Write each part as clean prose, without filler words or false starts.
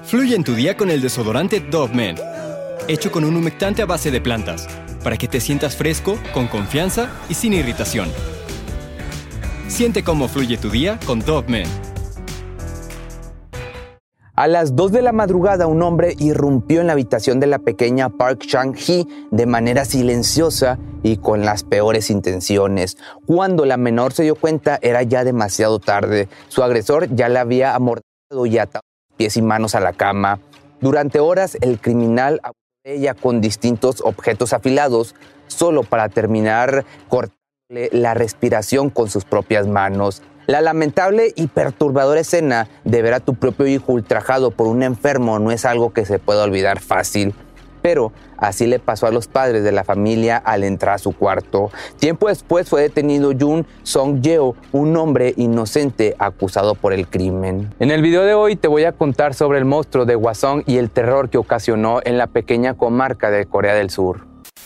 Fluye en tu día con el desodorante Dove Men, hecho con un humectante a base de plantas, para que te sientas fresco, con confianza y sin irritación. Siente cómo fluye tu día con Dove Men. A las 2 de la madrugada, un hombre irrumpió en la habitación de la pequeña Park Chang-hee de manera silenciosa y con las peores intenciones. Cuando la menor se dio cuenta, era ya demasiado tarde. Su agresor ya la había amordazado y atado pies y manos a la cama. Durante horas, el criminal abusó de ella con distintos objetos afilados, solo para terminar cortándole la respiración con sus propias manos. La lamentable y perturbadora escena de ver a tu propio hijo ultrajado por un enfermo no es algo que se pueda olvidar fácil. Pero así le pasó a los padres de la familia al entrar a su cuarto. Tiempo después fue detenido Yoon Song-yeo, un hombre inocente acusado por el crimen. En el video de hoy te voy a contar sobre el monstruo de Hwasong y el terror que ocasionó en la pequeña comarca de Corea del Sur.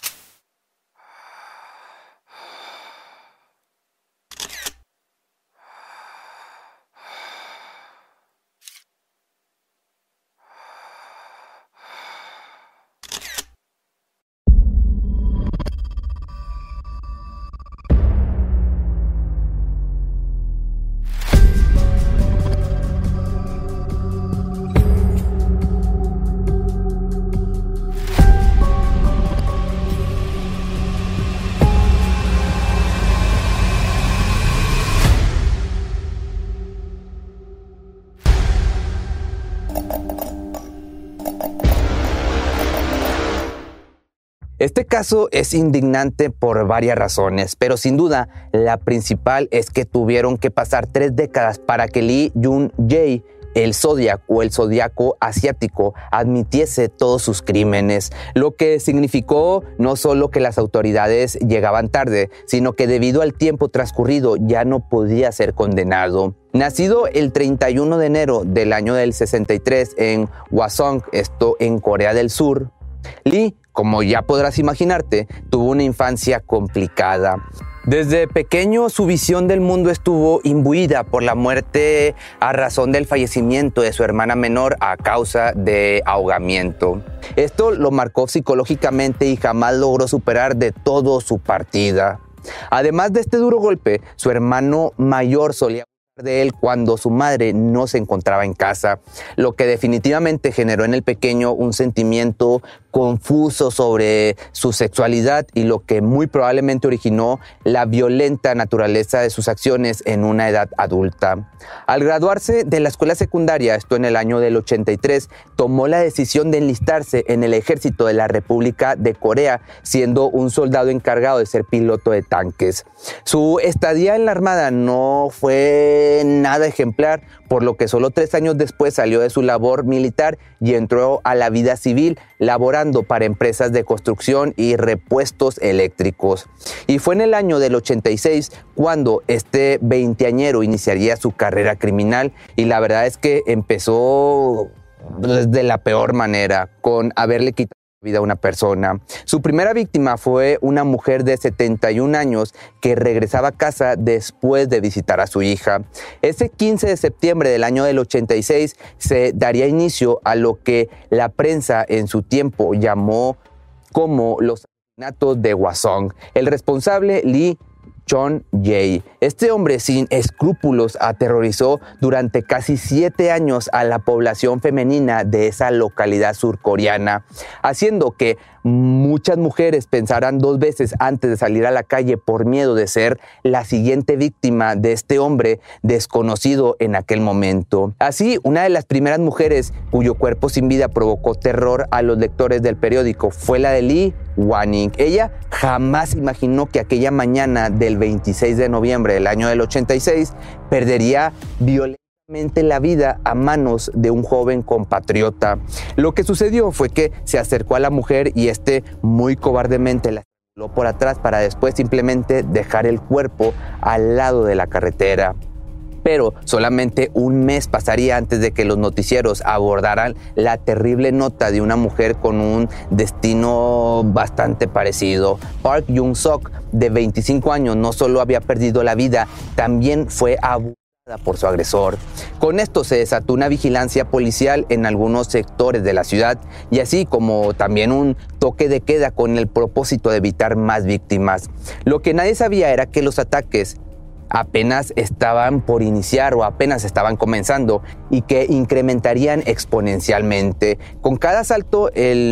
Este caso es indignante por varias razones, pero sin duda la principal es que tuvieron que pasar 3 décadas para que Lee Jun-jae, el Zodiac o el Zodiaco asiático, admitiese todos sus crímenes, lo que significó no solo que las autoridades llegaban tarde, sino que debido al tiempo transcurrido ya no podía ser condenado. Nacido el 31 de enero del año del 63 en Hwasong, esto en Corea del Sur, Lee, como ya podrás imaginarte, tuvo una infancia complicada. Desde pequeño su visión del mundo estuvo imbuida por la muerte a razón del fallecimiento de su hermana menor a causa de ahogamiento. Esto lo marcó psicológicamente y jamás logró superar de todo su partida. Además de este duro golpe, su hermano mayor solía de él cuando su madre no se encontraba en casa, lo que definitivamente generó en el pequeño un sentimiento confuso sobre su sexualidad y lo que muy probablemente originó la violenta naturaleza de sus acciones en una edad adulta. Al graduarse de la escuela secundaria, esto en el año del 83, tomó la decisión de enlistarse en el ejército de la República de Corea, siendo un soldado encargado de ser piloto de tanques. Su estadía en la Armada no fue nada ejemplar, por lo que solo 3 años después salió de su labor militar y entró a la vida civil, laborando para empresas de construcción y repuestos eléctricos. Y fue en el año del 86 cuando este veinteañero iniciaría su carrera criminal, y la verdad es que empezó de la peor manera, con haberle quitado vida a una persona. Su primera víctima fue una mujer de 71 años que regresaba a casa después de visitar a su hija. Ese 15 de septiembre del año del 86 se daría inicio a lo que la prensa en su tiempo llamó como los asesinatos de Hwasong. El responsable, Lee Jun-jae. Este hombre sin escrúpulos aterrorizó durante casi 7 años a la población femenina de esa localidad surcoreana, haciendo que muchas mujeres pensaran 2 veces antes de salir a la calle por miedo de ser la siguiente víctima de este hombre desconocido en aquel momento. Así, una de las primeras mujeres cuyo cuerpo sin vida provocó terror a los lectores del periódico fue la de Lee Hwan-ning. Ella jamás imaginó que aquella mañana del 26 de noviembre del año del 86 perdería violentamente la vida a manos de un joven compatriota. Lo que sucedió fue que se acercó a la mujer y muy cobardemente la estranguló por atrás para después simplemente dejar el cuerpo al lado de la carretera. Pero solamente un mes pasaría antes de que los noticieros abordaran la terrible nota de una mujer con un destino bastante parecido. Park Yoon-sok, de 25 años, no solo había perdido la vida, también fue abusada por su agresor. Con esto se desató una vigilancia policial en algunos sectores de la ciudad y así como también un toque de queda con el propósito de evitar más víctimas. Lo que nadie sabía era que los ataques apenas estaban por iniciar o apenas estaban comenzando y que incrementarían exponencialmente. Con cada asalto,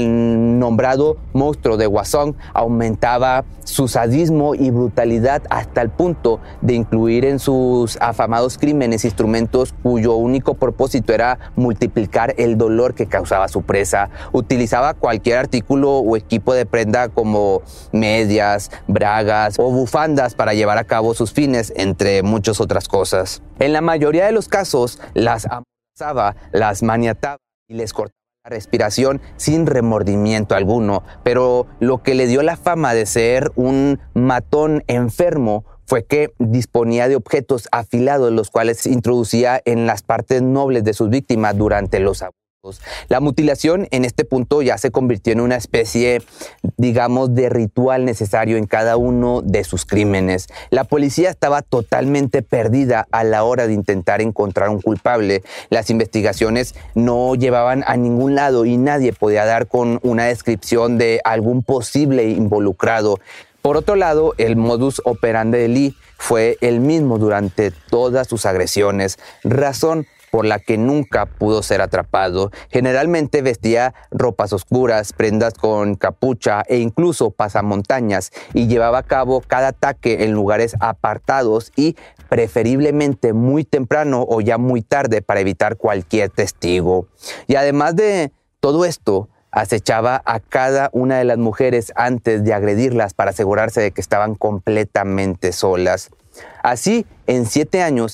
el nombrado monstruo de Guasón aumentaba su sadismo y brutalidad hasta el punto de incluir en sus afamados crímenes instrumentos cuyo único propósito era multiplicar el dolor que causaba su presa. Utilizaba cualquier artículo o equipo de prenda como medias, bragas o bufandas para llevar a cabo sus fines, entre muchas otras cosas. En la mayoría de los casos, las amenazaba, las maniataba y les cortaba la respiración sin remordimiento alguno, pero lo que le dio la fama de ser un matón enfermo fue que disponía de objetos afilados, los cuales introducía en las partes nobles de sus víctimas durante los abusos. La mutilación en este punto ya se convirtió en una especie, digamos, de ritual necesario en cada uno de sus crímenes. La policía estaba totalmente perdida a la hora de intentar encontrar un culpable. Las investigaciones no llevaban a ningún lado y nadie podía dar con una descripción de algún posible involucrado. Por otro lado, el modus operandi de Lee fue el mismo durante todas sus agresiones, razón por la que nunca pudo ser atrapado. Generalmente vestía ropas oscuras, prendas con capucha e incluso pasamontañas y llevaba a cabo cada ataque en lugares apartados y preferiblemente muy temprano o ya muy tarde para evitar cualquier testigo. Y además de todo esto, acechaba a cada una de las mujeres antes de agredirlas para asegurarse de que estaban completamente solas. Así, en 7 años,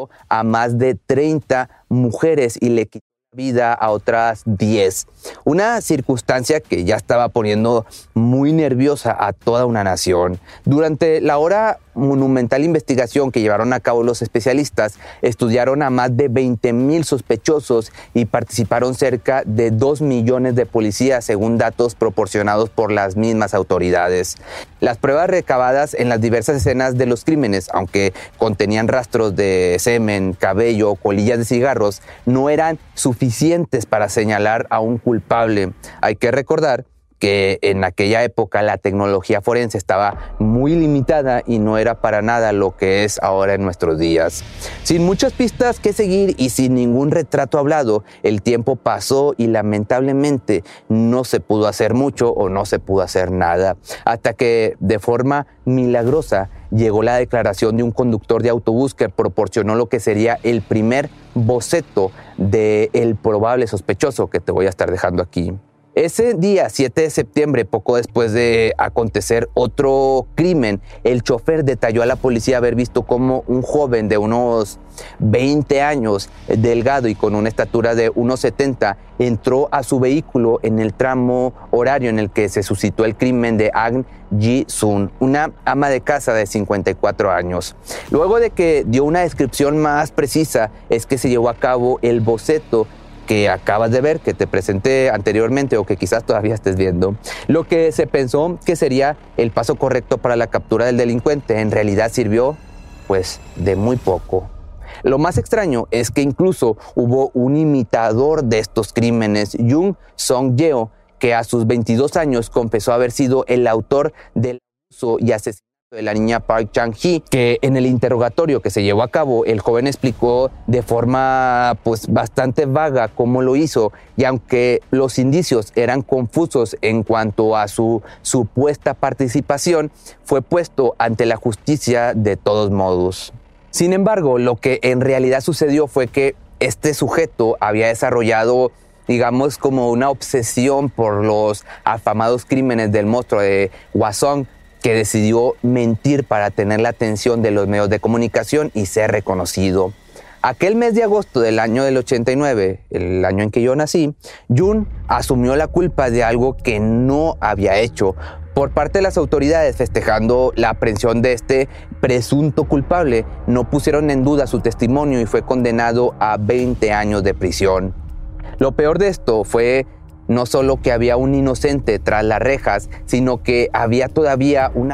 a más de 30 mujeres y le quitó la vida a otras 10. Una circunstancia que ya estaba poniendo muy nerviosa a toda una nación. Durante la ahora monumental investigación que llevaron a cabo los especialistas, estudiaron a más de 20,000 sospechosos y participaron cerca de 2 millones de policías, según datos proporcionados por las mismas autoridades. Las pruebas recabadas en las diversas escenas de los crímenes, aunque contenían rastros de semen, cabello o colillas de cigarros, no eran suficientes para señalar a un culpable. Hay que recordar que en aquella época la tecnología forense estaba muy limitada y no era para nada lo que es ahora en nuestros días. Sin muchas pistas que seguir y sin ningún retrato hablado, el tiempo pasó y lamentablemente no se pudo hacer mucho o no se pudo hacer nada, hasta que de forma milagrosa llegó la declaración de un conductor de autobús que proporcionó lo que sería el primer boceto del probable sospechoso que te voy a estar dejando aquí. Ese día, 7 de septiembre, poco después de acontecer otro crimen, el chofer detalló a la policía haber visto cómo un joven de unos 20 años, delgado y con una estatura de 1,70, entró a su vehículo en el tramo horario en el que se suscitó el crimen de Ahn Ji-sun, una ama de casa de 54 años. Luego de que dio una descripción más precisa, es que se llevó a cabo el boceto que acabas de ver, que te presenté anteriormente o que quizás todavía estés viendo. Lo que se pensó que sería el paso correcto para la captura del delincuente, en realidad sirvió, pues, de muy poco. Lo más extraño es que incluso hubo un imitador de estos crímenes, Jung Song-yeo, que a sus 22 años confesó haber sido el autor del abuso y asesinato de la niña Park Chang-hee, que en el interrogatorio que se llevó a cabo, el joven explicó de forma bastante vaga cómo lo hizo, y aunque los indicios eran confusos en cuanto a su supuesta participación, fue puesto ante la justicia de todos modos. Sin embargo, lo que en realidad sucedió fue que este sujeto había desarrollado, digamos, como una obsesión por los afamados crímenes del monstruo de Guasón, que decidió mentir para tener la atención de los medios de comunicación y ser reconocido. Aquel mes de agosto del año del 89, el año en que yo nací, Jun asumió la culpa de algo que no había hecho. Por parte de las autoridades, festejando la aprehensión de este presunto culpable, no pusieron en duda su testimonio y fue condenado a 20 años de prisión. Lo peor de esto fue no solo que había un inocente tras las rejas, sino que había todavía un abusador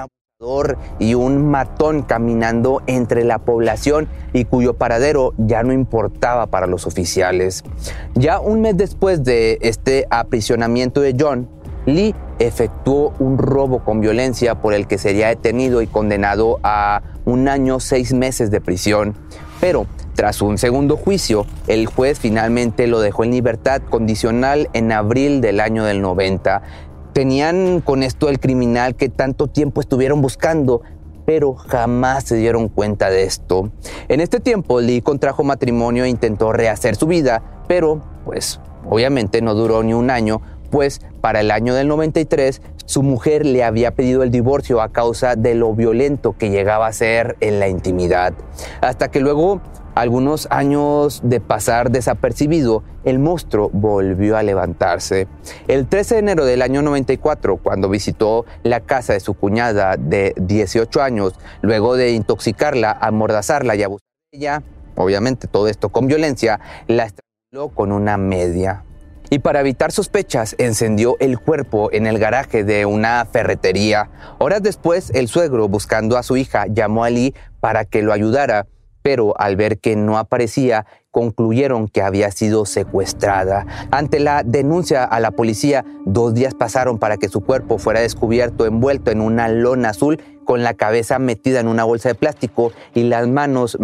y un matón caminando entre la población y cuyo paradero ya no importaba para los oficiales. Ya un mes después de este aprisionamiento de John, Lee efectuó un robo con violencia por el que sería detenido y condenado a 1 año 6 meses de prisión. Pero tras un segundo juicio, el juez finalmente lo dejó en libertad condicional en abril del año del 90. Tenían con esto el criminal que tanto tiempo estuvieron buscando, pero jamás se dieron cuenta de esto. En este tiempo, Lee contrajo matrimonio e intentó rehacer su vida, pero pues obviamente no duró ni 1 año, pues para el año del 93 su mujer le había pedido el divorcio a causa de lo violento que llegaba a ser en la intimidad. Hasta que luego, algunos años de pasar desapercibido, el monstruo volvió a levantarse. El 13 de enero del año 94, cuando visitó la casa de su cuñada de 18 años, luego de intoxicarla, amordazarla y abusar de ella, obviamente todo esto con violencia, la estranguló con una media. Y para evitar sospechas, encendió el cuerpo en el garaje de una ferretería. Horas después, el suegro, buscando a su hija, llamó a Lee para que lo ayudara, pero al ver que no aparecía, concluyeron que había sido secuestrada. Ante la denuncia a la policía, 2 días pasaron para que su cuerpo fuera descubierto envuelto en una lona azul, con la cabeza metida en una bolsa de plástico y las manos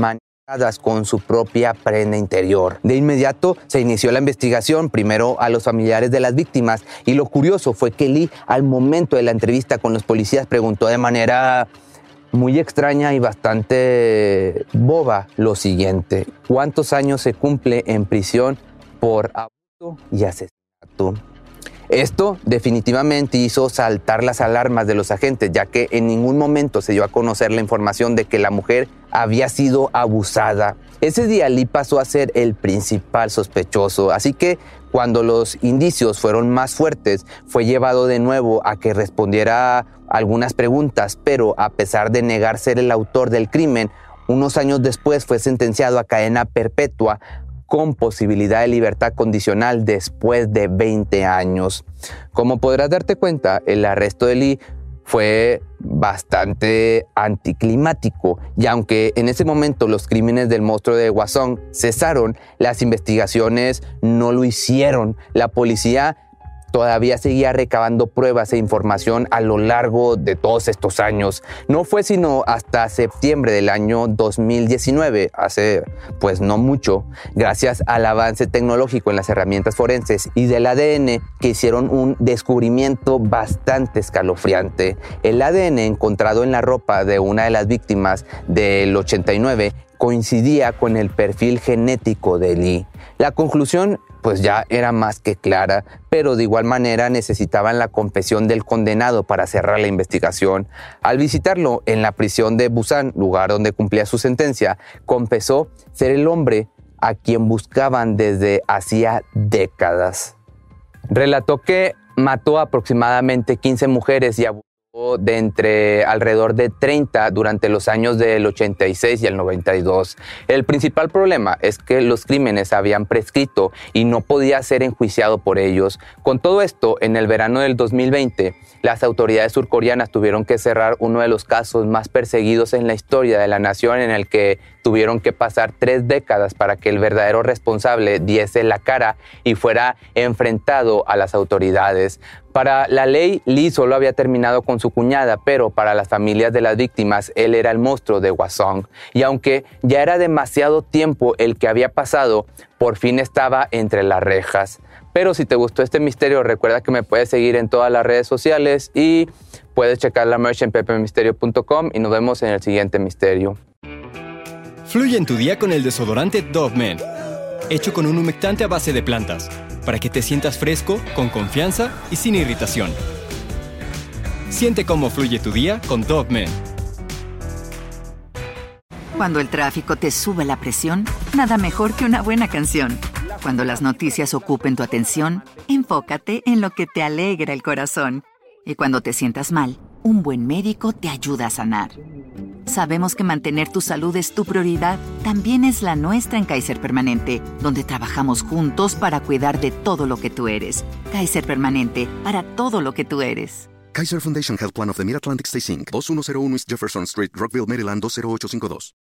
con su propia prenda interior. De inmediato se inició la investigación, primero a los familiares de las víctimas, y lo curioso fue que Lee, al momento de la entrevista con los policías, preguntó de manera muy extraña y bastante boba lo siguiente: ¿cuántos años se cumple en prisión por abuso y asesinato? Esto definitivamente hizo saltar las alarmas de los agentes, ya que en ningún momento se dio a conocer la información de que la mujer había sido abusada. Ese día Lee pasó a ser el principal sospechoso, así que cuando los indicios fueron más fuertes, fue llevado de nuevo a que respondiera algunas preguntas, pero a pesar de negar ser el autor del crimen, unos años después fue sentenciado a cadena perpetua con posibilidad de libertad condicional después de 20 años. Como podrás darte cuenta, el arresto de Lee fue bastante anticlimático, y aunque en ese momento los crímenes del monstruo de Wasson cesaron, las investigaciones no lo hicieron. La policía todavía seguía recabando pruebas e información a lo largo de todos estos años. No fue sino hasta septiembre del año 2019, hace pues no mucho, gracias al avance tecnológico en las herramientas forenses y del ADN, que hicieron un descubrimiento bastante escalofriante. El ADN encontrado en la ropa de una de las víctimas del 89 coincidía con el perfil genético de Lee. La conclusión pues ya era más que clara, pero de igual manera necesitaban la confesión del condenado para cerrar la investigación. Al visitarlo en la prisión de Busan, lugar donde cumplía su sentencia, confesó ser el hombre a quien buscaban desde hacía décadas. Relató que mató aproximadamente 15 mujeres y abusó de entre alrededor de 30 durante los años del 86 y el 92. El principal problema es que los crímenes habían prescrito y no podía ser enjuiciado por ellos. Con todo esto, en el verano del 2020, las autoridades surcoreanas tuvieron que cerrar uno de los casos más perseguidos en la historia de la nación, en el que tuvieron que pasar 3 décadas para que el verdadero responsable diese la cara y fuera enfrentado a las autoridades. Para la ley, Lee solo había terminado con su cuñada, pero para las familias de las víctimas, él era el monstruo de Wasson. Y aunque ya era demasiado tiempo el que había pasado, por fin estaba entre las rejas. Pero si te gustó este misterio, recuerda que me puedes seguir en todas las redes sociales y puedes checar la merch en pepemisterio.com, y nos vemos en el siguiente misterio. Fluye en tu día con el desodorante Dove Men, hecho con un humectante a base de plantas, para que te sientas fresco, con confianza y sin irritación. Siente cómo fluye tu día con Dove Men. Cuando el tráfico te sube la presión, nada mejor que una buena canción. Cuando las noticias ocupen tu atención, enfócate en lo que te alegra el corazón. Y cuando te sientas mal, un buen médico te ayuda a sanar. Sabemos que mantener tu salud es tu prioridad. También es la nuestra en Kaiser Permanente, donde trabajamos juntos para cuidar de todo lo que tú eres. Kaiser Permanente, para todo lo que tú eres. Kaiser Foundation Health Plan of the Mid-Atlantic Stay Inc., 2101 East Jefferson Street, Rockville, Maryland, 20852.